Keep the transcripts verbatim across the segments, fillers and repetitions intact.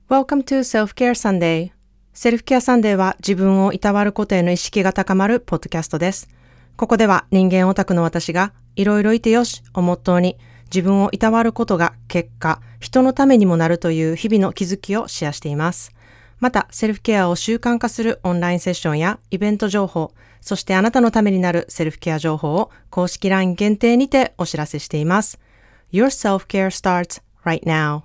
Welcome to Self-Care Sunday. セルフケアサンデーは自分をいたわることへの意識が高まるポッドキャストです。ここでは人間オタクの私がいろいろいてよしをモットーに自分をいたわることが結果、人のためにもなるという日々の気づきをシェアしています。また、セルフケアを習慣化するオンラインセッションやイベント情報、そしてあなたのためになるセルフケア情報を公式 ライン 限定にてお知らせしています。Your self-care starts right now.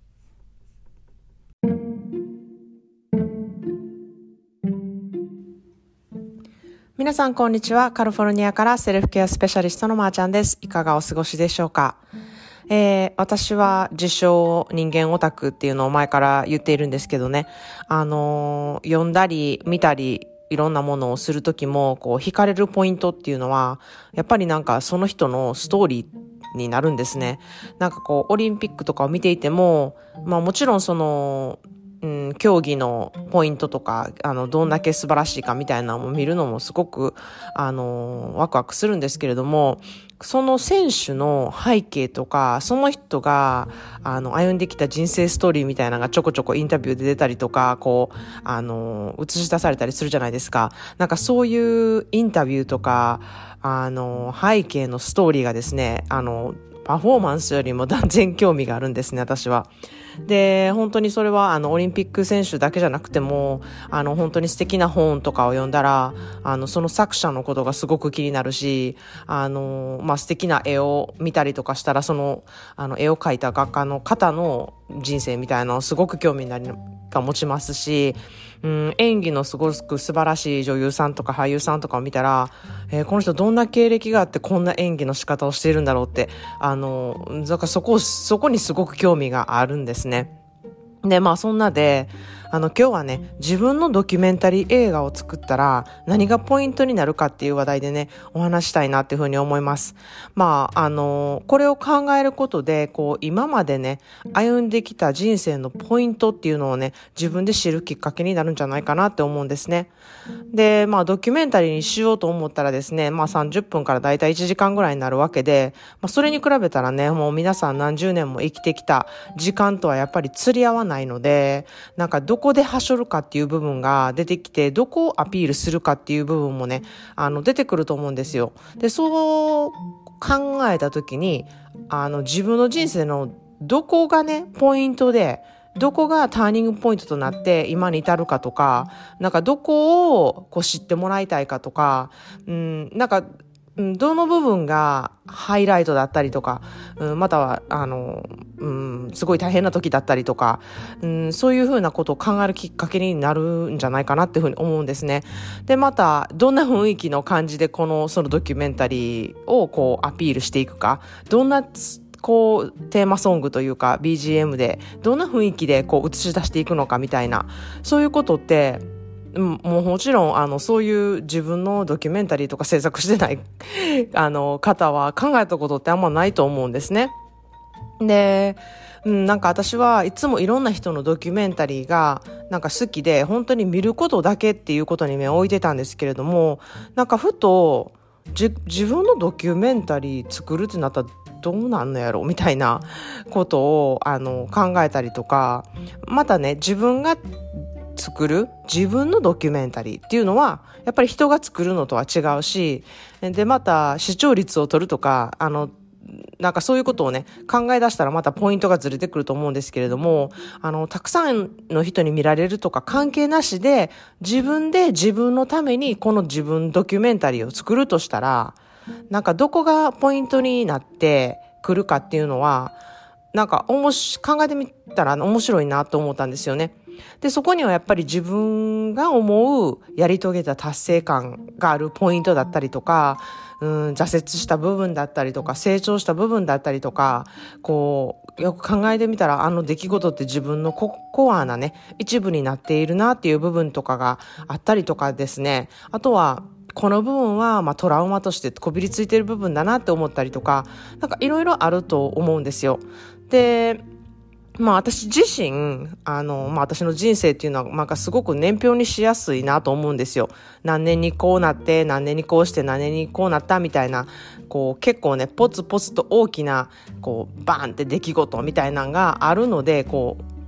皆さんこんにちは。カリフォルニアからセルフケアスペシャリストのまーちゃんです。いかがお過ごしでしょうか。えー、私は自称人間オタクっていうのを前から言っているんですけどね、あのー、読んだり見たりいろんなものをするときもこう惹かれるポイントっていうのはやっぱりなんかその人のストーリーになるんですね。なんかこうオリンピックとかを見ていても、まあもちろんそのうん、競技のポイントとか、あの、どんだけ素晴らしいかみたいなのを見るのもすごく、あの、ワクワクするんですけれども、その選手の背景とか、その人が、あの、歩んできた人生ストーリーみたいなのがちょこちょこインタビューで出たりとか、こう、あの、映し出されたりするじゃないですか。なんかそういうインタビューとか、あの、背景のストーリーがですね、あの、パフォーマンスよりも断然興味があるんですね、私は。で、本当にそれは、あの、オリンピック選手だけじゃなくても、あの、本当に素敵な本とかを読んだら、あの、その作者のことがすごく気になるし、あの、まあ、素敵な絵を見たりとかしたら、その、あの、絵を描いた画家の方の人生みたいなのをすごく興味が持ちますし、うん、演技のすごく素晴らしい女優さんとか俳優さんとかを見たら、えー、この人どんな経歴があってこんな演技の仕方をしているんだろうって、あの、だからそこ、そこにすごく興味があるんですね。で、まあそんなで、あの今日はね、自分のドキュメンタリー映画を作ったら何がポイントになるかっていう話題でね、お話したいなっていうふうに思います。まあ、あの、これを考えることで、こう今までね、歩んできた人生のポイントっていうのをね、自分で知るきっかけになるんじゃないかなって思うんですね。で、まあドキュメンタリーにしようと思ったらですね、まあさんじゅっぷんからだいたいいちじかんぐらいになるわけで、まあそれに比べたらね、もう皆さん何十年も生きてきた時間とはやっぱり釣り合わないので、なんかどこではしょるかっていう部分が出てきて、どこをアピールするかっていう部分もね、あの出てくると思うんですよ。で、そう考えたときに、あの自分の人生のどこがね、ポイントで、どこがターニングポイントとなって今に至るかとか、なんかどこをこう知ってもらいたいかとか、うん、なんかどの部分がハイライトだったりとか、うん、またはあの、うん、すごい大変な時だったりとか、うん、そういうふうなことを考えるきっかけになるんじゃないかなっていうふうに思うんですね。で、またどんな雰囲気の感じでこのそのドキュメンタリーをこうアピールしていくか、どんなこうテーマソングというか ビージーエム でどんな雰囲気でこう映し出していくのかみたいな、そういうことってうん、もうもちろんあのそういう自分のドキュメンタリーとか制作してないあの方は考えたことってあんまないと思うんですね。で、うん、なんか私はいつもいろんな人のドキュメンタリーがなんか好きで、本当に見ることだけっていうことに目を置いてたんですけれども、なんかふとじ自分のドキュメンタリー作るってなったらどうなんのやろみたいなことをあの考えたりとか、またね、自分が作る自分のドキュメンタリーっていうのはやっぱり人が作るのとは違うし、でまた視聴率を取るとか、あのなんかそういうことをね考え出したらまたポイントがずれてくると思うんですけれども、あのたくさんの人に見られるとか関係なしで、自分で自分のためにこの自分ドキュメンタリーを作るとしたら、なんかどこがポイントになってくるかっていうのは、なんかおもし考えてみたら面白いなと思ったんですよね。で、そこにはやっぱり自分が思うやり遂げた達成感があるポイントだったりとか、うん、挫折した部分だったりとか、成長した部分だったりとか、こう、よく考えてみたら、あの出来事って自分のココアなね、一部になっているなっていう部分とかがあったりとかですね。あとは、この部分はまあトラウマとしてこびりついている部分だなって思ったりとか、なんかいろいろあると思うんですよ。で、まあ私自身、あの、まあ私の人生っていうのは、なんかすごく年表にしやすいなと思うんですよ。何年にこうなって、何年にこうして、何年にこうなったみたいな、こう結構ね、ポツポツと大きな、こう、バーンって出来事みたいなのがあるので、こう、う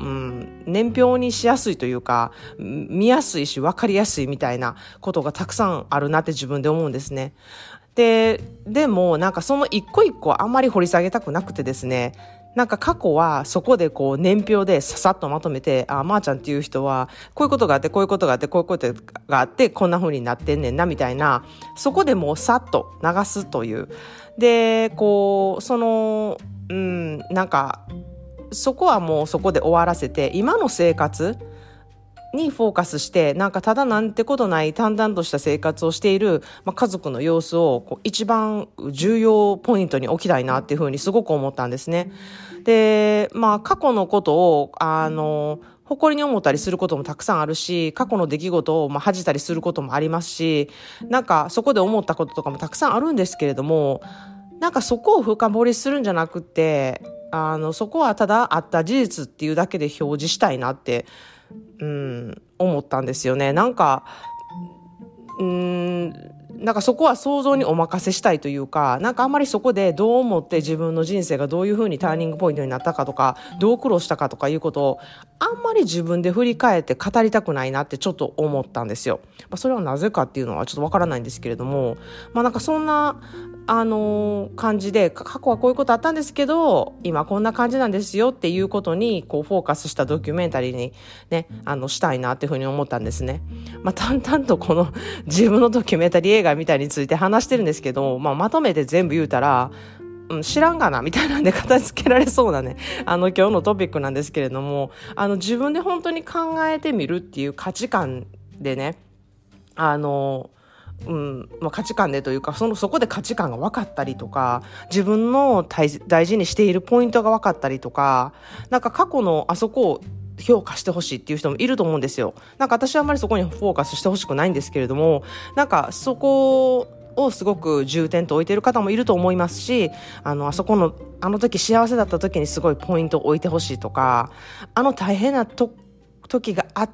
うん、年表にしやすいというか、見やすいし分かりやすいみたいなことがたくさんあるなって自分で思うんですね。で、でもなんかその一個一個あんまり掘り下げたくなくてですね、なんか過去はそこでこう年表でささっとまとめて、あ、まーちゃんっていう人はこういうことがあって、こういうことがあって、こういうことがあって、こんな風になってんねんなみたいな、そこでもうさっと流すという。で、こう、その、うん、なんか、そこはもうそこで終わらせて、今の生活にフォーカスして、なんかただなんてことない淡々とした生活をしている、まあ、家族の様子をこう一番重要ポイントに置きたいなっていうふうにすごく思ったんですね。で、まあ過去のことを、あの、誇りに思ったりすることもたくさんあるし、過去の出来事をまあ恥じたりすることもありますし、なんかそこで思ったこととかもたくさんあるんですけれども、なんかそこを深掘りするんじゃなくて、あの、そこはただあった事実っていうだけで表示したいなって、うん、思ったんですよね。なんか、うーん、なんかそこは想像にお任せしたいというか、なんかあんまりそこでどう思って自分の人生がどういうふうにターニングポイントになったかとか、どう苦労したかとかいうことをあんまり自分で振り返って語りたくないなってちょっと思ったんですよ。まあ、それはなぜかっていうのはちょっとわからないんですけれども、まあなんかそんな、あのー、感じで、過去はこういうことあったんですけど、今こんな感じなんですよっていうことにこうフォーカスしたドキュメンタリーにね、あの、したいなっていうふうに思ったんですね。まあ淡々とこの自分のドキュメンタリー映画みたいについて話してるんですけど、まあまとめて全部言うたら、うん、知らんがなみたいなんで片付けられそうなね、あの今日のトピックなんですけれども、あの自分で本当に考えてみるっていう価値観でね、あの、うんまあ、価値観でというか、そのそこで価値観が分かったりとか、自分の大大事にしているポイントが分かったりとか、なんか過去のあそこを評価してほしいっていう人もいると思うんですよ。なんか私はあんまりそこにフォーカスしてほしくないんですけれども、なんかそこをすごく重点と置いている方もいると思いますし、あの、あそこの、あの時幸せだった時にすごいポイントを置いてほしいとか、あの大変なと時があって、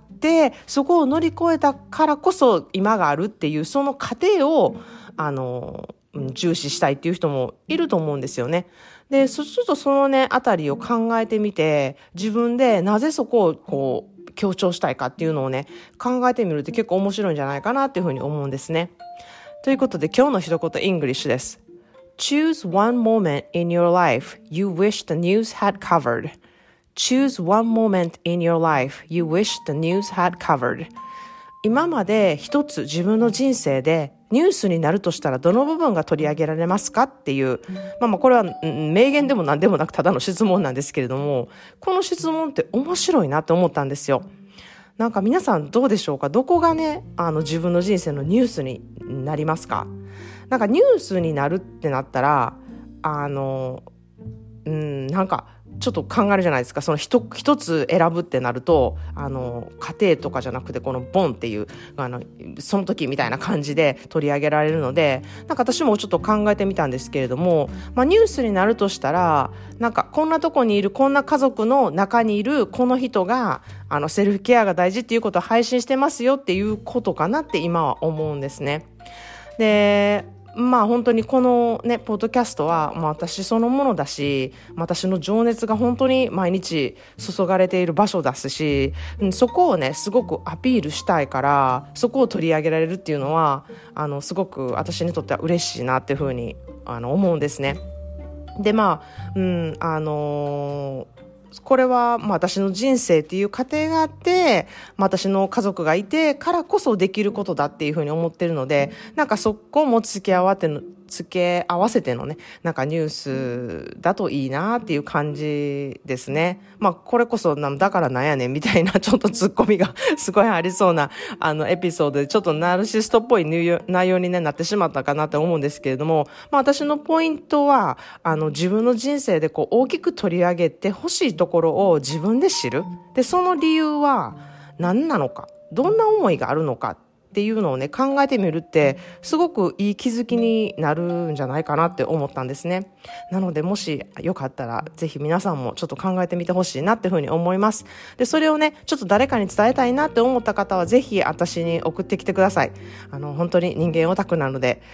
そこを乗り越えたからこそ今があるっていうその過程をあの重視したいっていう人もいると思うんですよね。で、そうするとそのねあたりを考えてみて、自分でなぜそこをこう強調したいかっていうのをね考えてみるって結構面白いんじゃないかなっていうふうに思うんですね。ということで今日の一言イングリッシュです。Choose one moment in your life you wish the news had covered.Choose one moment in your life you wish the news had covered. 今まで一つ自分の人生でニュースになるとしたらどの部分が取り上げられますかっていう、まあまあこれは名言でも何でもなくただの質問なんですけれども、この質問って面白いなって思ったんですよ。なんか皆さんどうでしょうか？どこがね、あの自分の人生のニュースになりますか？なんかニュースになるってなったら、あの、うん、なんかちょっと考えるじゃないですか。その一一つ選ぶってなると、あの家庭とかじゃなくてこのボンっていうあのその時みたいな感じで取り上げられるので、なんか私もちょっと考えてみたんですけれども、まあニュースになるとしたら、なんかこんなとこにいるこんな家族の中にいるこの人があのセルフケアが大事っていうことを配信してますよっていうことかなって今は思うんですね。で。まあ本当にこのね、ポッドキャストは、まあ私そのものだし、私の情熱が本当に毎日注がれている場所ですし、そこをね、すごくアピールしたいから、そこを取り上げられるっていうのは、あの、すごく私にとっては嬉しいなっていうふうに、あの、思うんですね。で、まあ、うん、あのーこれは、まあ、私の人生っていう過程があって、まあ、私の家族がいてからこそできることだっていうふうに思ってるので、なんかそこも付け合わせての、付け合わせてのね、なんかニュースだといいなっていう感じですね。まあ、これこそなんだからなんやねんみたいなちょっとツッコミがすごいありそうなあのエピソードでちょっとナルシストっぽい内容に、ね、なってしまったかなと思うんですけれども、まあ、私のポイントは、あの自分の人生でこう大きく取り上げてほしいところを自分で知る。で、その理由は何なのか、どんな思いがあるのかっていうのをね考えてみるってすごくいい気づきになるんじゃないかなって思ったんですね。なのでもしよかったらぜひ皆さんもちょっと考えてみてほしいなっていうふうに思います。で、それをねちょっと誰かに伝えたいなって思った方はぜひ私に送ってきてください。あの本当に人間オタクなので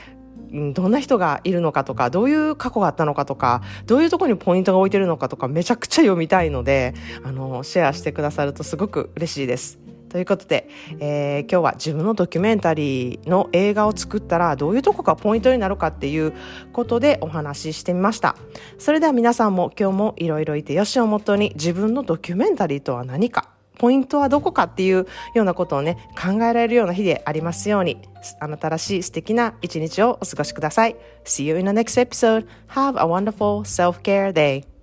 どんな人がいるのかとか、どういう過去があったのかとか、どういうところにポイントが置いてるのかとか、めちゃくちゃ読みたいので、あの、シェアしてくださるとすごく嬉しいです。ということで、えー、今日は自分のドキュメンタリーの映画を作ったらどういうとこがポイントになるかっていうことでお話ししてみました。それでは皆さんも今日もいろいろいてよしをもとに、自分のドキュメンタリーとは何か、ポイントはどこかっていうようなことをね、考えられるような日でありますように、あなたらしい素敵な一日をお過ごしください。See you in the next episode. Have a wonderful self-care day.